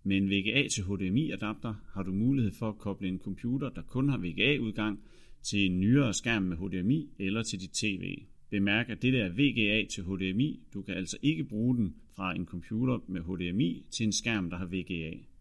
Med en VGA til HDMI-adapter har du mulighed for at koble en computer, der kun har VGA-udgang, til en nyere skærm med HDMI eller til dit TV. Bemærk, at det er VGA til HDMI. Du kan altså ikke bruge den fra en computer med HDMI til en skærm, der har VGA.